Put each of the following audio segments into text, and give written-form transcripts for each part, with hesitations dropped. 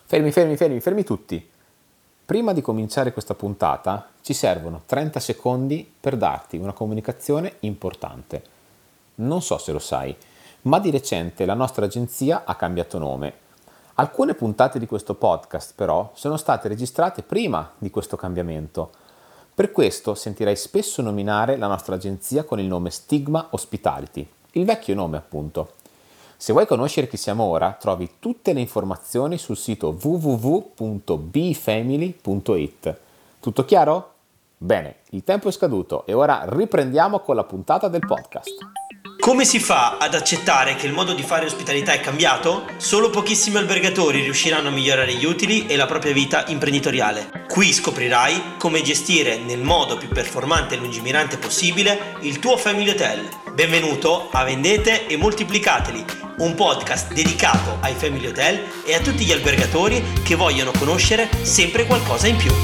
Fermi tutti. Prima di cominciare questa puntata ci servono 30 secondi per darti una comunicazione importante. Non so se lo sai, ma di recente la nostra agenzia ha cambiato nome. Alcune puntate di questo podcast però sono state registrate prima di questo cambiamento. Per questo sentirai spesso nominare la nostra agenzia con il nome Stigma Hospitality, il vecchio nome appunto. Se vuoi conoscere chi siamo ora, trovi tutte le informazioni sul sito www.bfamily.it. Tutto chiaro? Bene, il tempo è scaduto e ora riprendiamo con la puntata del podcast. Come si fa ad accettare che il modo di fare ospitalità è cambiato? Solo pochissimi albergatori riusciranno a migliorare gli utili e la propria vita imprenditoriale. Qui scoprirai come gestire nel modo più performante e lungimirante possibile il tuo Family Hotel. Benvenuto a Vendete e Moltiplicateli, un podcast dedicato ai Family Hotel e a tutti gli albergatori che vogliono conoscere sempre qualcosa in più.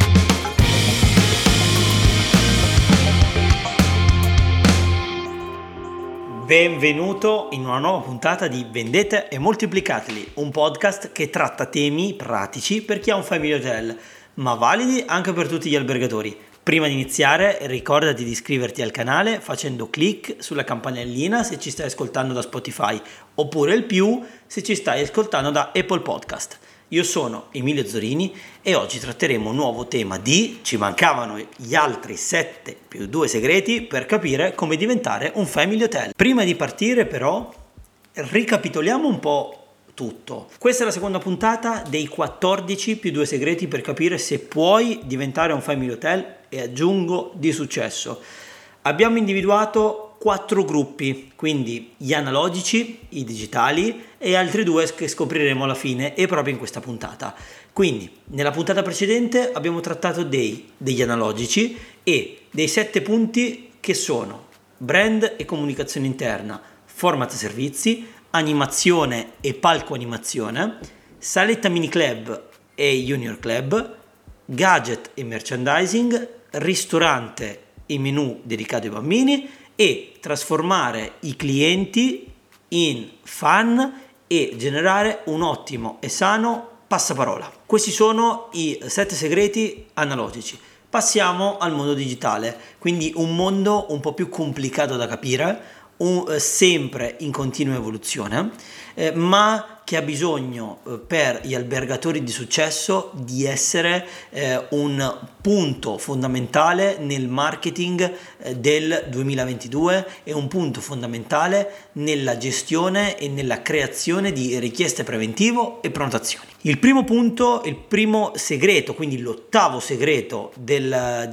Benvenuto in una nuova puntata di Vendete e Moltiplicateli, un podcast che tratta temi pratici per chi ha un Family Hotel, ma validi anche per tutti gli albergatori. Prima di iniziare, ricordati di iscriverti al canale facendo clic sulla campanellina se ci stai ascoltando da Spotify, oppure il più se ci stai ascoltando da Apple Podcast. Io sono Emilio Zorini e oggi tratteremo un nuovo tema ci mancavano gli altri 7 più 2 segreti per capire come diventare un Family Hotel. Prima di partire però, ricapitoliamo un po' tutto. Questa è la seconda puntata dei 14 più 2 segreti per capire se puoi diventare un Family Hotel e aggiungo di successo. Abbiamo individuato 4 gruppi, quindi gli analogici, i digitali e altri 2 che scopriremo alla fine e proprio in questa puntata. Quindi nella puntata precedente abbiamo trattato degli analogici e dei 7 punti che sono brand e comunicazione interna, format servizi, animazione e palco animazione, saletta mini club e junior club, gadget e merchandising, ristorante e menù dedicato ai bambini e trasformare i clienti in fan e generare un ottimo e sano passaparola. Questi sono i 7 segreti analogici. Passiamo al mondo digitale, quindi un mondo un po' più complicato da capire, sempre in continua evoluzione, ma che ha bisogno per gli albergatori di successo di essere un punto fondamentale nel marketing del 2022 e un punto fondamentale nella gestione e nella creazione di richieste preventivo e prenotazioni. Il primo punto, il primo segreto, quindi l'ottavo segreto per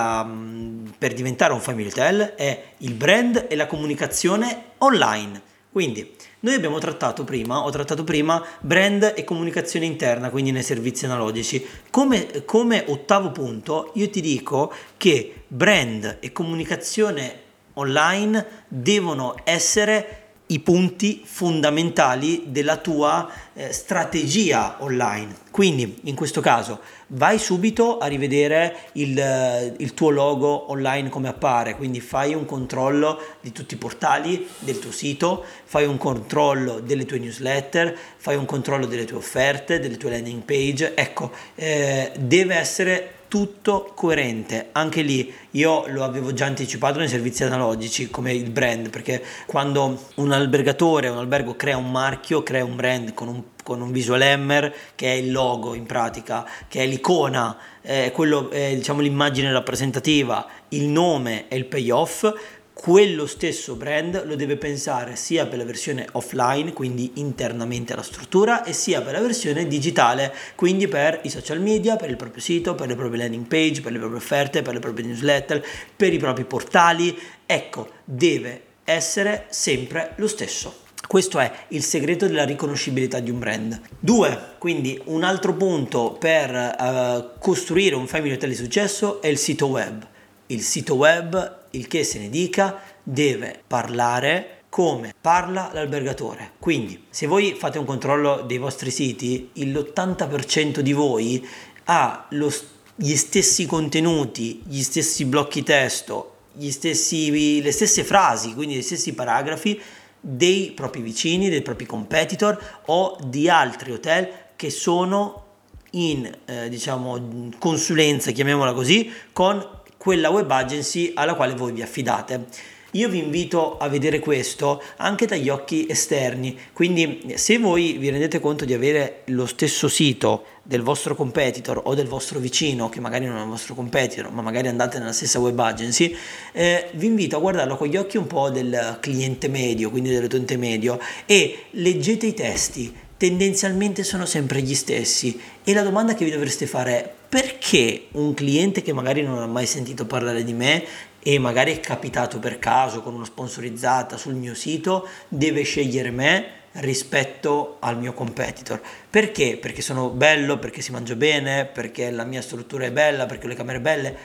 diventare un Family Hotel è il brand e la comunicazione online. Quindi noi ho trattato prima brand e comunicazione interna, quindi nei servizi analogici. Come ottavo punto io ti dico che brand e comunicazione online devono essere i punti fondamentali della tua strategia online. Quindi in questo caso vai subito a rivedere il tuo logo online come appare, quindi fai un controllo di tutti i portali del tuo sito, fai un controllo delle tue newsletter, fai un controllo delle tue offerte, delle tue landing page. Ecco, deve essere tutto coerente. Anche lì io lo avevo già anticipato nei servizi analogici come il brand, perché quando un albergo crea un marchio, crea un brand con un visual hammer che è il logo in pratica, che è l'icona, quello diciamo l'immagine rappresentativa, il nome e il payoff. Quello stesso brand lo deve pensare sia per la versione offline, quindi internamente alla struttura, e sia per la versione digitale, quindi per i social media, per il proprio sito, per le proprie landing page, per le proprie offerte, per le proprie newsletter, per i propri portali. Ecco, deve essere sempre lo stesso. Questo è il segreto della riconoscibilità di un brand. 2, quindi un altro punto per costruire un Family Hotel di successo è il sito web. Il sito web, il che se ne dica, deve parlare come parla l'albergatore. Quindi se voi fate un controllo dei vostri siti, l'80% di voi ha gli stessi contenuti, gli stessi blocchi testo, le stesse frasi, quindi gli stessi paragrafi dei propri vicini, dei propri competitor o di altri hotel che sono in consulenza, chiamiamola così, con quella web agency alla quale voi vi affidate. Io vi invito a vedere questo anche dagli occhi esterni, quindi se voi vi rendete conto di avere lo stesso sito del vostro competitor o del vostro vicino, che magari non è il vostro competitor, ma magari andate nella stessa web agency, vi invito a guardarlo con gli occhi un po' del cliente medio, quindi dell'utente medio, e leggete i testi. Tendenzialmente sono sempre gli stessi, e la domanda che vi dovreste fare è: perché un cliente che magari non ha mai sentito parlare di me e magari è capitato per caso con una sponsorizzata sul mio sito deve scegliere me rispetto al mio competitor? Perché? Perché sono bello, perché si mangia bene, perché la mia struttura è bella, perché ho le camere belle?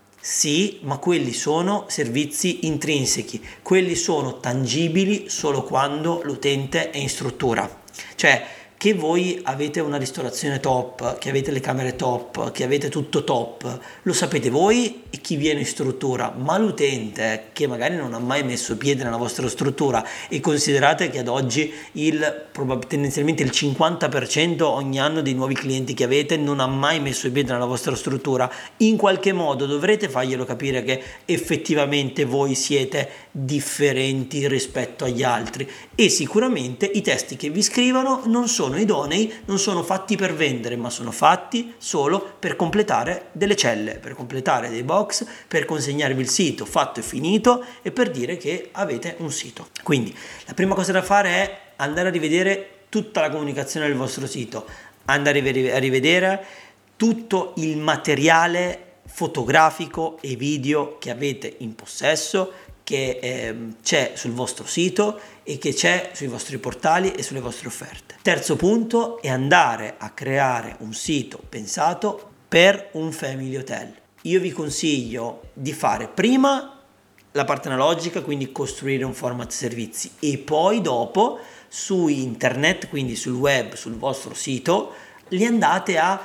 Sì, ma quelli sono servizi intrinseci, quelli sono tangibili solo quando l'utente è in struttura. Cioè, che voi avete una ristorazione top, che avete le camere top, che avete tutto top, lo sapete voi e chi viene in struttura, ma l'utente che magari non ha mai messo piede nella vostra struttura, e considerate che ad oggi tendenzialmente il 50% ogni anno dei nuovi clienti che avete non ha mai messo piede nella vostra struttura, in qualche modo dovrete farglielo capire che effettivamente voi siete differenti rispetto agli altri, e sicuramente i testi che vi scrivono non sono idonei, non sono fatti per vendere, ma sono fatti solo per completare delle celle, per completare dei box, per consegnarvi il sito fatto e finito e per dire che avete un sito. Quindi la prima cosa da fare è andare a rivedere tutta la comunicazione del vostro sito, andare a rivedere tutto il materiale fotografico e video che avete in possesso, che c'è sul vostro sito e che c'è sui vostri portali e sulle vostre offerte. Terzo punto è andare a creare un sito pensato per un family hotel. Io vi consiglio di fare prima la parte analogica, quindi costruire un format servizi, e poi dopo su internet, quindi sul web, sul vostro sito, li andate a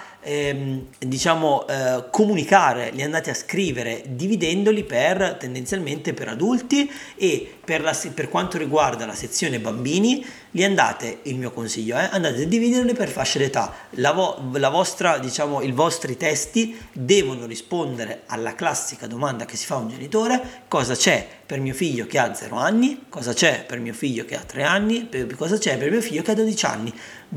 comunicare, li andate a scrivere dividendoli tendenzialmente per adulti, e per quanto riguarda la sezione bambini li andate, il mio consiglio è andate a dividerli per fasce d'età. I vostri testi devono rispondere alla classica domanda che si fa a un genitore: cosa c'è per mio figlio che ha 0 anni, cosa c'è per mio figlio che ha 3 anni, cosa c'è per mio figlio che ha 12 anni.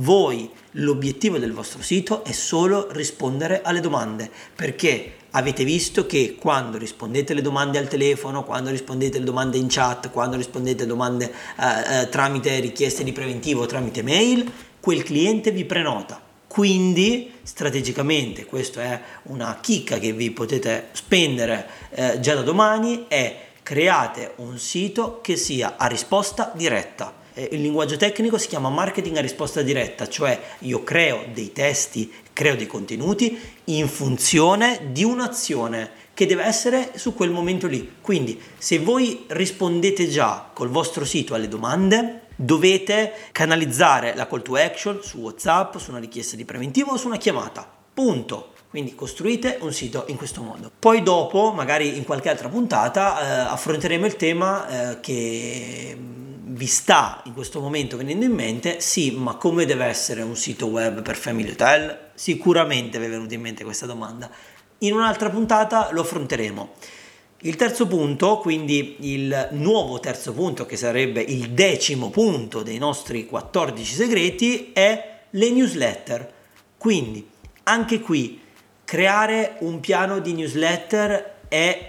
L'obiettivo del vostro sito è solo rispondere alle domande, perché avete visto che quando rispondete alle domande al telefono, quando rispondete alle domande in chat, quando rispondete alle domande tramite richieste di preventivo, tramite mail, quel cliente vi prenota. Quindi strategicamente, questa è una chicca che vi potete spendere già da domani, è create un sito che sia a risposta diretta. Il linguaggio tecnico si chiama marketing a risposta diretta, cioè io creo dei testi, creo dei contenuti in funzione di un'azione che deve essere su quel momento lì. Quindi se voi rispondete già col vostro sito alle domande, dovete canalizzare la call to action su WhatsApp, su una richiesta di preventivo o su una chiamata. Punto. Quindi costruite un sito in questo modo. Poi dopo, magari in qualche altra puntata, affronteremo il tema che vi sta in questo momento venendo in mente. Sì, ma come deve essere un sito web per family hotel? Sicuramente vi è venuta in mente questa domanda. In un'altra puntata lo affronteremo. Il terzo punto, quindi il nuovo terzo punto, che sarebbe il 10° punto dei nostri 14 segreti, è le newsletter. Quindi anche qui creare un piano di newsletter è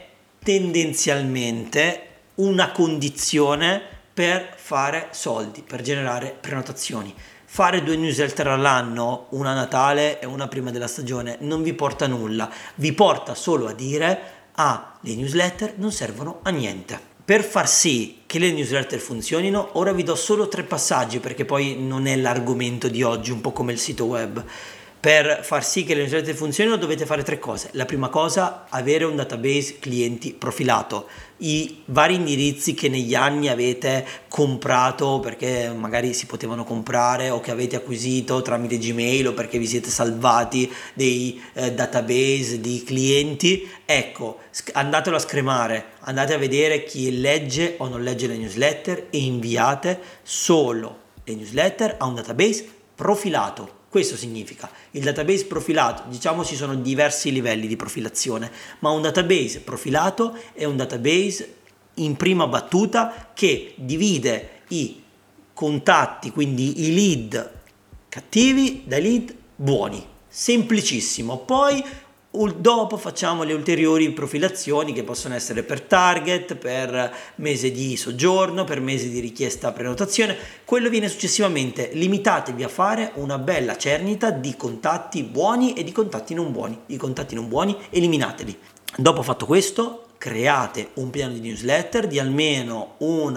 tendenzialmente una condizione per fare soldi, per generare prenotazioni. Fare 2 newsletter all'anno, una a Natale e una prima della stagione, non vi porta a nulla, vi porta solo a dire: le newsletter non servono a niente. Per far sì che le newsletter funzionino, ora vi do solo 3 passaggi, perché poi non è l'argomento di oggi, un po' come il sito web. Per far sì che le newsletter funzionino dovete fare 3 cose. La prima cosa, avere un database clienti profilato. I vari indirizzi che negli anni avete comprato perché magari si potevano comprare, o che avete acquisito tramite Gmail, o perché vi siete salvati dei database di clienti, ecco, andatelo a scremare, andate a vedere chi legge o non legge le newsletter e inviate solo le newsletter a un database profilato. Questo significa il database profilato. Diciamo ci sono diversi livelli di profilazione, ma un database profilato è un database in prima battuta che divide i contatti, quindi i lead cattivi dai lead buoni. Semplicissimo. Poi dopo facciamo le ulteriori profilazioni che possono essere per target, per mese di soggiorno, per mese di richiesta prenotazione. Quello viene successivamente. Limitatevi a fare una bella cernita di contatti buoni e di contatti non buoni. I contatti non buoni eliminateli. Dopo fatto questo, create un piano di newsletter di almeno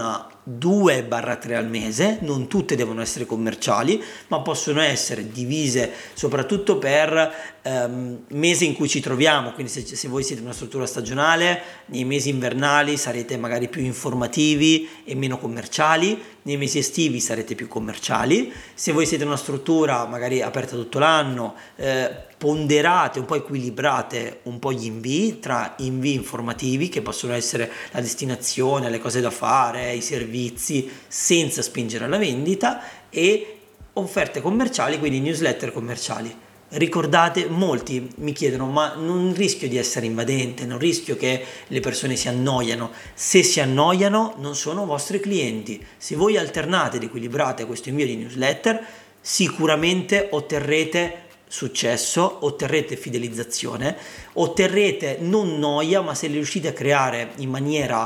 2-3 al mese. Non tutte devono essere commerciali, ma possono essere divise soprattutto per mese in cui ci troviamo. Quindi se voi siete una struttura stagionale, nei mesi invernali sarete magari più informativi e meno commerciali, nei mesi estivi sarete più commerciali. Se voi siete una struttura magari aperta tutto l'anno, ponderate un po', equilibrate un po' gli invii tra invii informativi, che possono essere la destinazione, le cose da fare, i servizi, senza spingere alla vendita, e offerte commerciali, quindi newsletter commerciali. Ricordate, molti mi chiedono: ma non rischio di essere invadente, non rischio che le persone si annoiano? Se si annoiano non sono vostri clienti. Se voi alternate ed equilibrate questo invio di newsletter, sicuramente otterrete successo, otterrete fidelizzazione, otterrete non noia, ma se le riuscite a creare in maniera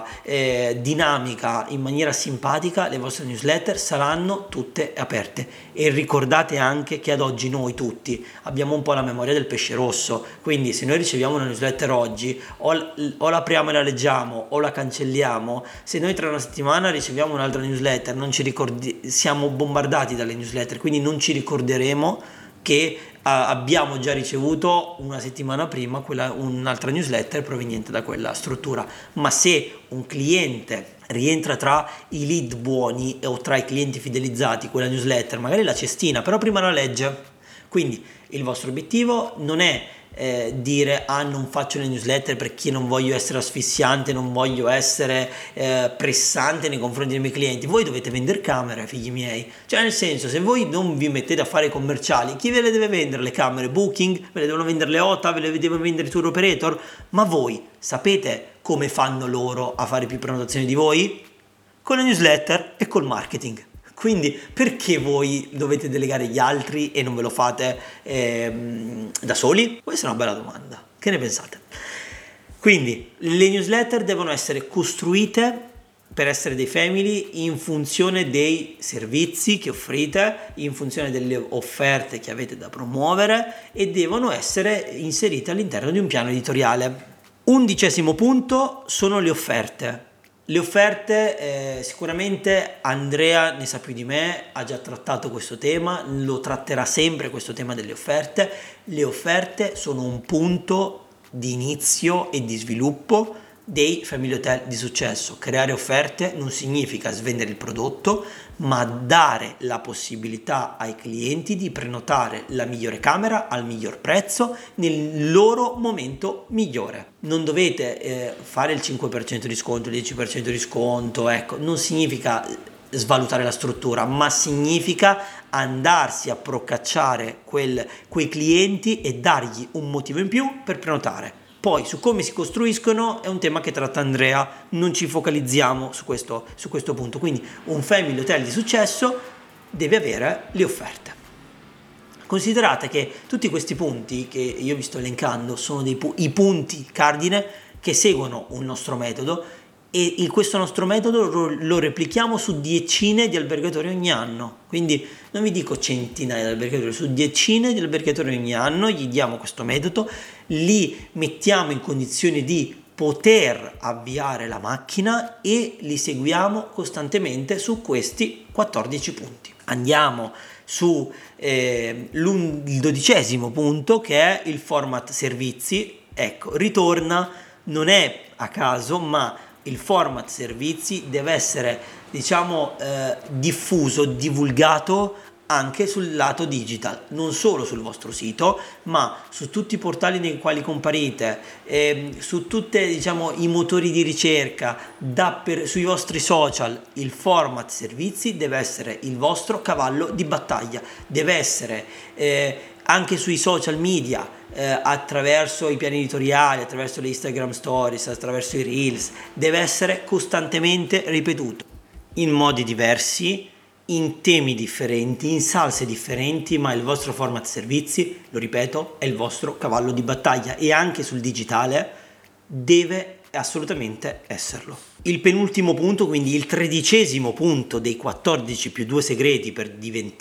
dinamica, in maniera simpatica, le vostre newsletter saranno tutte aperte. E ricordate anche che ad oggi noi tutti abbiamo un po' la memoria del pesce rosso, quindi se noi riceviamo una newsletter oggi o la apriamo e la leggiamo o la cancelliamo. Se noi tra una settimana riceviamo un'altra newsletter, non ci siamo bombardati dalle newsletter, quindi non ci ricorderemo che abbiamo già ricevuto una settimana prima un'altra newsletter proveniente da quella struttura. Ma se un cliente rientra tra i lead buoni o tra i clienti fidelizzati, quella newsletter magari la cestina, però prima la legge. Quindi il vostro obiettivo non è dire non faccio le newsletter perché non voglio essere asfissiante, non voglio essere pressante nei confronti dei miei clienti. Voi dovete vendere camere, figli miei. Cioè, nel senso, se voi non vi mettete a fare commerciali, chi ve le deve vendere le camere? Booking? Ve le devono vendere le OTA? Ve le devono vendere i tour operator? Ma voi sapete come fanno loro a fare più prenotazioni di voi? Con le newsletter e col marketing. Quindi perché voi dovete delegare gli altri e non ve lo fate da soli? Questa è una bella domanda. Che ne pensate? Quindi le newsletter devono essere costruite per essere dei family in funzione dei servizi che offrite, in funzione delle offerte che avete da promuovere, e devono essere inserite all'interno di un piano editoriale. 11° punto sono le offerte. Le offerte, sicuramente Andrea ne sa più di me, ha già trattato questo tema, lo tratterà sempre questo tema delle offerte. Le offerte sono un punto di inizio e di sviluppo dei family hotel di successo. Creare offerte non significa svendere il prodotto, ma dare la possibilità ai clienti di prenotare la migliore camera al miglior prezzo nel loro momento migliore. Non dovete fare il 5% di sconto, il 10% di sconto, ecco, non significa svalutare la struttura, ma significa andarsi a procacciare quei clienti e dargli un motivo in più per prenotare. Poi su come si costruiscono è un tema che tratta Andrea, non ci focalizziamo su questo punto. Quindi un family hotel di successo deve avere le offerte. Considerate che tutti questi punti che io vi sto elencando sono i punti cardine che seguono un nostro metodo, e questo nostro metodo lo replichiamo su decine di albergatori ogni anno. Quindi non vi dico centinaia di albergatori, su decine di albergatori ogni anno gli diamo questo metodo, li mettiamo in condizione di poter avviare la macchina e li seguiamo costantemente su questi 14 punti. Andiamo su il 12° punto, che è il format servizi. Ecco, ritorna, non è a caso, ma il format servizi deve essere, diffuso, divulgato anche sul lato digital, non solo sul vostro sito, ma su tutti i portali nei quali comparite, su tutti i motori di ricerca, sui vostri social. Il format servizi deve essere il vostro cavallo di battaglia, deve essere anche sui social media, attraverso i piani editoriali, attraverso le Instagram Stories, attraverso i Reels, deve essere costantemente ripetuto in modi diversi, in temi differenti, in salse differenti, ma il vostro format servizi, lo ripeto, è il vostro cavallo di battaglia, e anche sul digitale deve assolutamente esserlo. Il penultimo punto, quindi il 13° punto dei 14 più 2 segreti per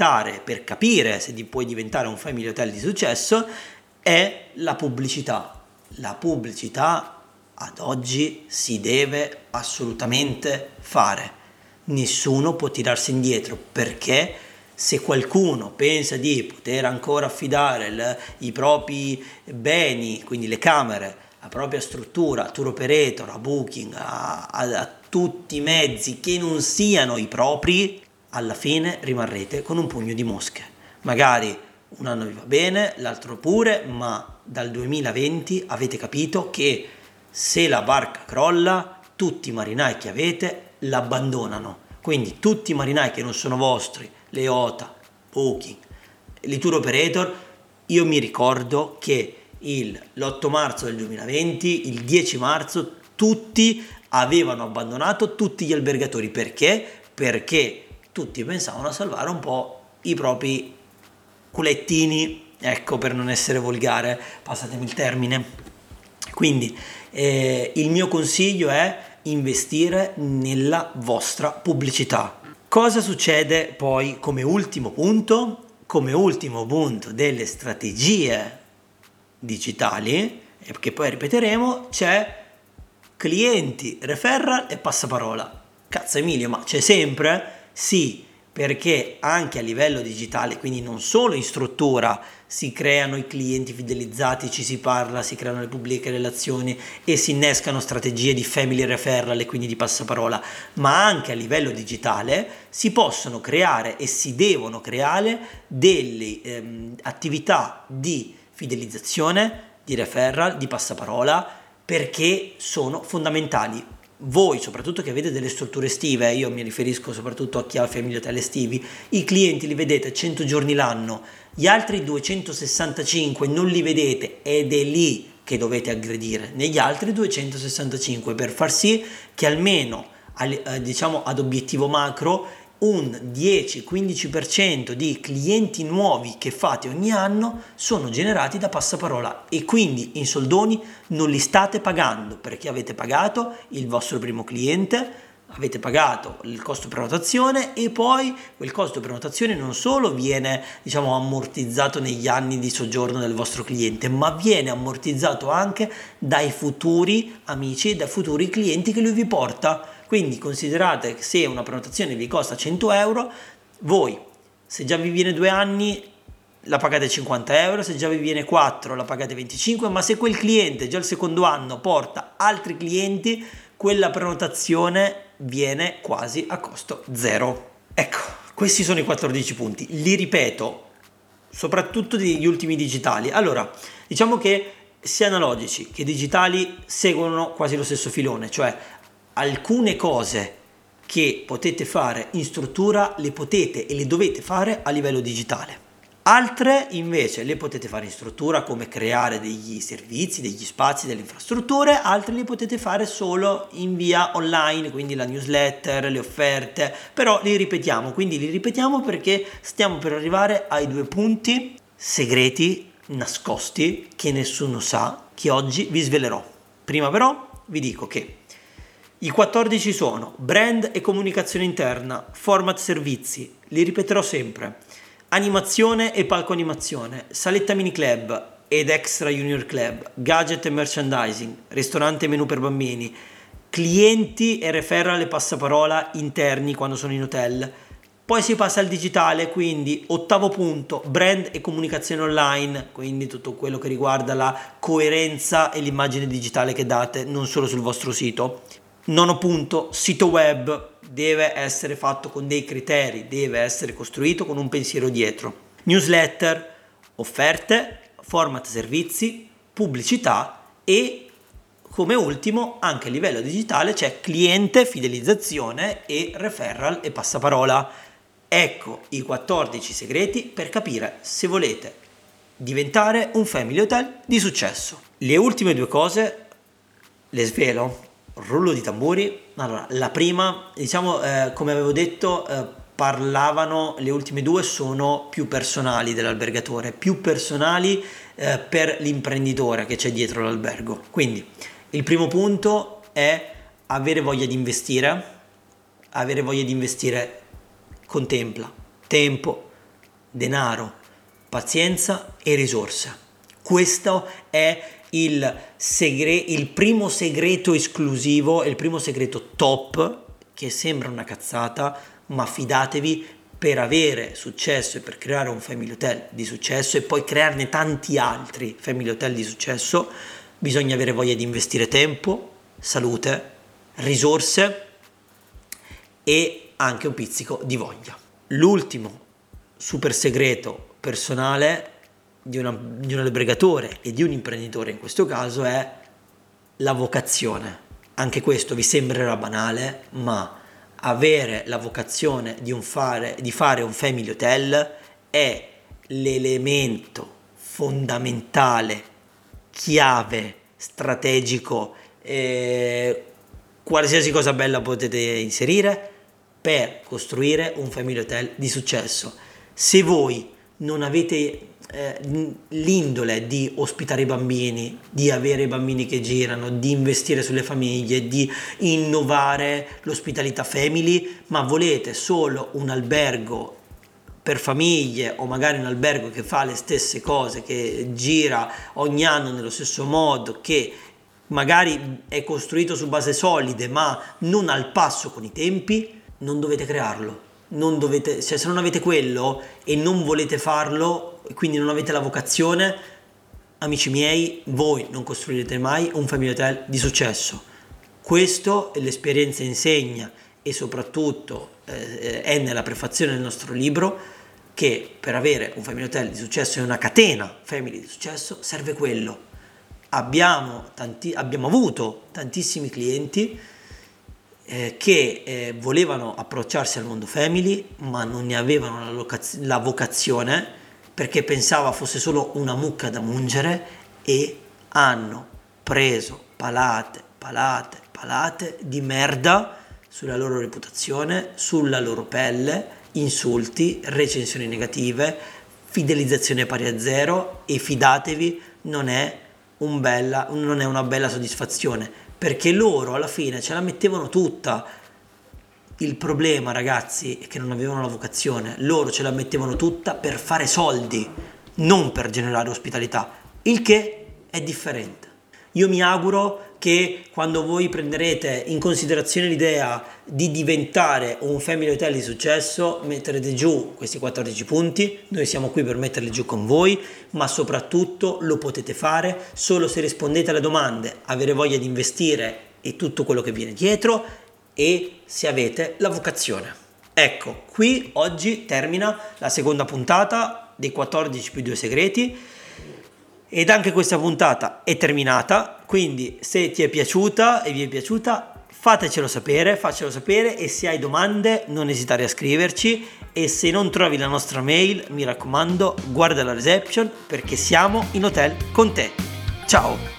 capire se puoi diventare un family hotel di successo, è la pubblicità. La pubblicità ad oggi si deve assolutamente fare. Nessuno può tirarsi indietro, perché se qualcuno pensa di poter ancora affidare i propri beni, quindi le camere, la propria struttura, a tour operator, a booking, a tutti i mezzi che non siano i propri, alla fine rimarrete con un pugno di mosche. Magari un anno vi va bene, l'altro pure, ma dal 2020 avete capito che se la barca crolla, tutti i marinai che avete l'abbandonano. Quindi tutti i marinai che non sono vostri, le OTA, Booking, i tour operator, io mi ricordo che l'8 marzo del 2020, il 10 marzo, tutti avevano abbandonato tutti gli albergatori. Perché? Perché tutti pensavano a salvare un po' i propri culettini, ecco, per non essere volgare, passatemi il termine. Quindi il mio consiglio è investire nella vostra pubblicità. Cosa succede poi come ultimo punto? Come ultimo punto delle strategie digitali, e che poi ripeteremo, c'è clienti, referral e passaparola. Cazzo Emilio, ma c'è sempre? Sì, perché anche a livello digitale, quindi non solo in struttura, si creano i clienti fidelizzati, ci si parla, si creano le pubbliche relazioni e si innescano strategie di family referral e quindi di passaparola, ma anche a livello digitale si possono creare e si devono creare delle attività di fidelizzazione, di referral, di passaparola, perché sono fondamentali. Voi, soprattutto che avete delle strutture estive, io mi riferisco soprattutto a chi ha family hotel estivi, i clienti li vedete 100 giorni l'anno, gli altri 265 non li vedete, ed è lì che dovete aggredire, negli altri 265, per far sì che almeno ad obiettivo macro un 10-15% di clienti nuovi che fate ogni anno sono generati da passaparola, e quindi in soldoni non li state pagando, perché avete pagato il vostro primo cliente, avete pagato il costo prenotazione, e poi quel costo prenotazione non solo viene ammortizzato negli anni di soggiorno del vostro cliente, ma viene ammortizzato anche dai futuri amici e dai futuri clienti che lui vi porta. Quindi considerate che se una prenotazione vi costa 100 euro, voi, se già vi viene 2 anni, la pagate 50 euro, se già vi viene 4 la pagate 25, ma se quel cliente già il secondo anno porta altri clienti, quella prenotazione viene quasi a costo zero. Ecco, questi sono i 14 punti, li ripeto, soprattutto degli ultimi digitali. Allora, diciamo che sia analogici che digitali seguono quasi lo stesso filone, cioè alcune cose che potete fare in struttura le potete e le dovete fare a livello digitale. Altre invece le potete fare in struttura, come creare degli servizi, degli spazi, delle infrastrutture, altre le potete fare solo in via online, quindi la newsletter, le offerte, però li ripetiamo perché stiamo per arrivare ai 2 punti segreti nascosti che nessuno sa, che oggi vi svelerò. Prima però vi dico che i 14 sono brand e comunicazione interna, format servizi, li ripeterò sempre, animazione e palco animazione, saletta mini club ed extra junior club, gadget e merchandising, ristorante e menù per bambini, clienti e referral e passaparola interni quando sono in hotel. Poi si passa al digitale, quindi 8° punto, brand e comunicazione online, quindi tutto quello che riguarda la coerenza e l'immagine digitale che date, non solo sul vostro sito. 9° punto, sito web, deve essere fatto con dei criteri, deve essere costruito con un pensiero dietro. Newsletter, offerte, format servizi, pubblicità e come ultimo anche a livello digitale c'è cliente, fidelizzazione e referral e passaparola. Ecco i 14 segreti per capire se volete diventare un family hotel di successo. Le ultime 2 cose le svelo, rullo di tamburi. Allora, la prima, come avevo detto, parlavano, le ultime 2 sono più personali dell'albergatore, più personali per l'imprenditore che c'è dietro l'albergo. Quindi il primo punto è avere voglia di investire. Avere voglia di investire contempla tempo, denaro, pazienza e risorse. Questo è il primo segreto esclusivo, il primo segreto top, che sembra una cazzata, ma fidatevi, per avere successo e per creare un family hotel di successo e poi crearne tanti altri family hotel di successo, bisogna avere voglia di investire tempo, salute, risorse e anche un pizzico di voglia. L'ultimo super segreto personale di un albergatore e di un imprenditore in questo caso è la vocazione. Anche questo vi sembrerà banale, ma avere la vocazione di fare un family hotel è l'elemento fondamentale, chiave, strategico, qualsiasi cosa bella potete inserire per costruire un family hotel di successo. Se voi non avete l'indole di ospitare i bambini, di avere i bambini che girano, di investire sulle famiglie, di innovare l'ospitalità family, ma volete solo un albergo per famiglie o magari un albergo che fa le stesse cose, che gira ogni anno nello stesso modo, che magari è costruito su base solide ma non al passo con i tempi, non dovete crearlo. Se non avete quello e non volete farlo, quindi non avete la vocazione, amici miei, voi non costruirete mai un family hotel di successo. Questo l'esperienza insegna e soprattutto è nella prefazione del nostro libro, che per avere un family hotel di successo e una catena family di successo serve quello. Abbiamo avuto tantissimi clienti che volevano approcciarsi al mondo family ma non ne avevano la vocazione, perché pensava fosse solo una mucca da mungere e hanno preso palate di merda sulla loro reputazione, sulla loro pelle, insulti, recensioni negative, fidelizzazione pari a 0 e fidatevi, non è una bella soddisfazione, perché loro alla fine ce la mettevano tutta. Il problema, ragazzi, è che non avevano la vocazione. Loro ce la mettevano tutta per fare soldi, non per generare ospitalità, il che è differente. Io mi auguro che quando voi prenderete in considerazione l'idea di diventare un family hotel di successo, metterete giù questi 14 punti. Noi siamo qui per metterli giù con voi, ma soprattutto lo potete fare solo se rispondete alle domande, avere voglia di investire e tutto quello che viene dietro, e se avete la vocazione. Ecco, qui oggi termina la seconda puntata dei 14 più 2 segreti. Ed anche questa puntata è terminata, quindi se ti è piaciuta e vi è piaciuta faccelo sapere, e se hai domande non esitare a scriverci, e se non trovi la nostra mail mi raccomando guarda la reception, perché siamo in hotel con te. Ciao!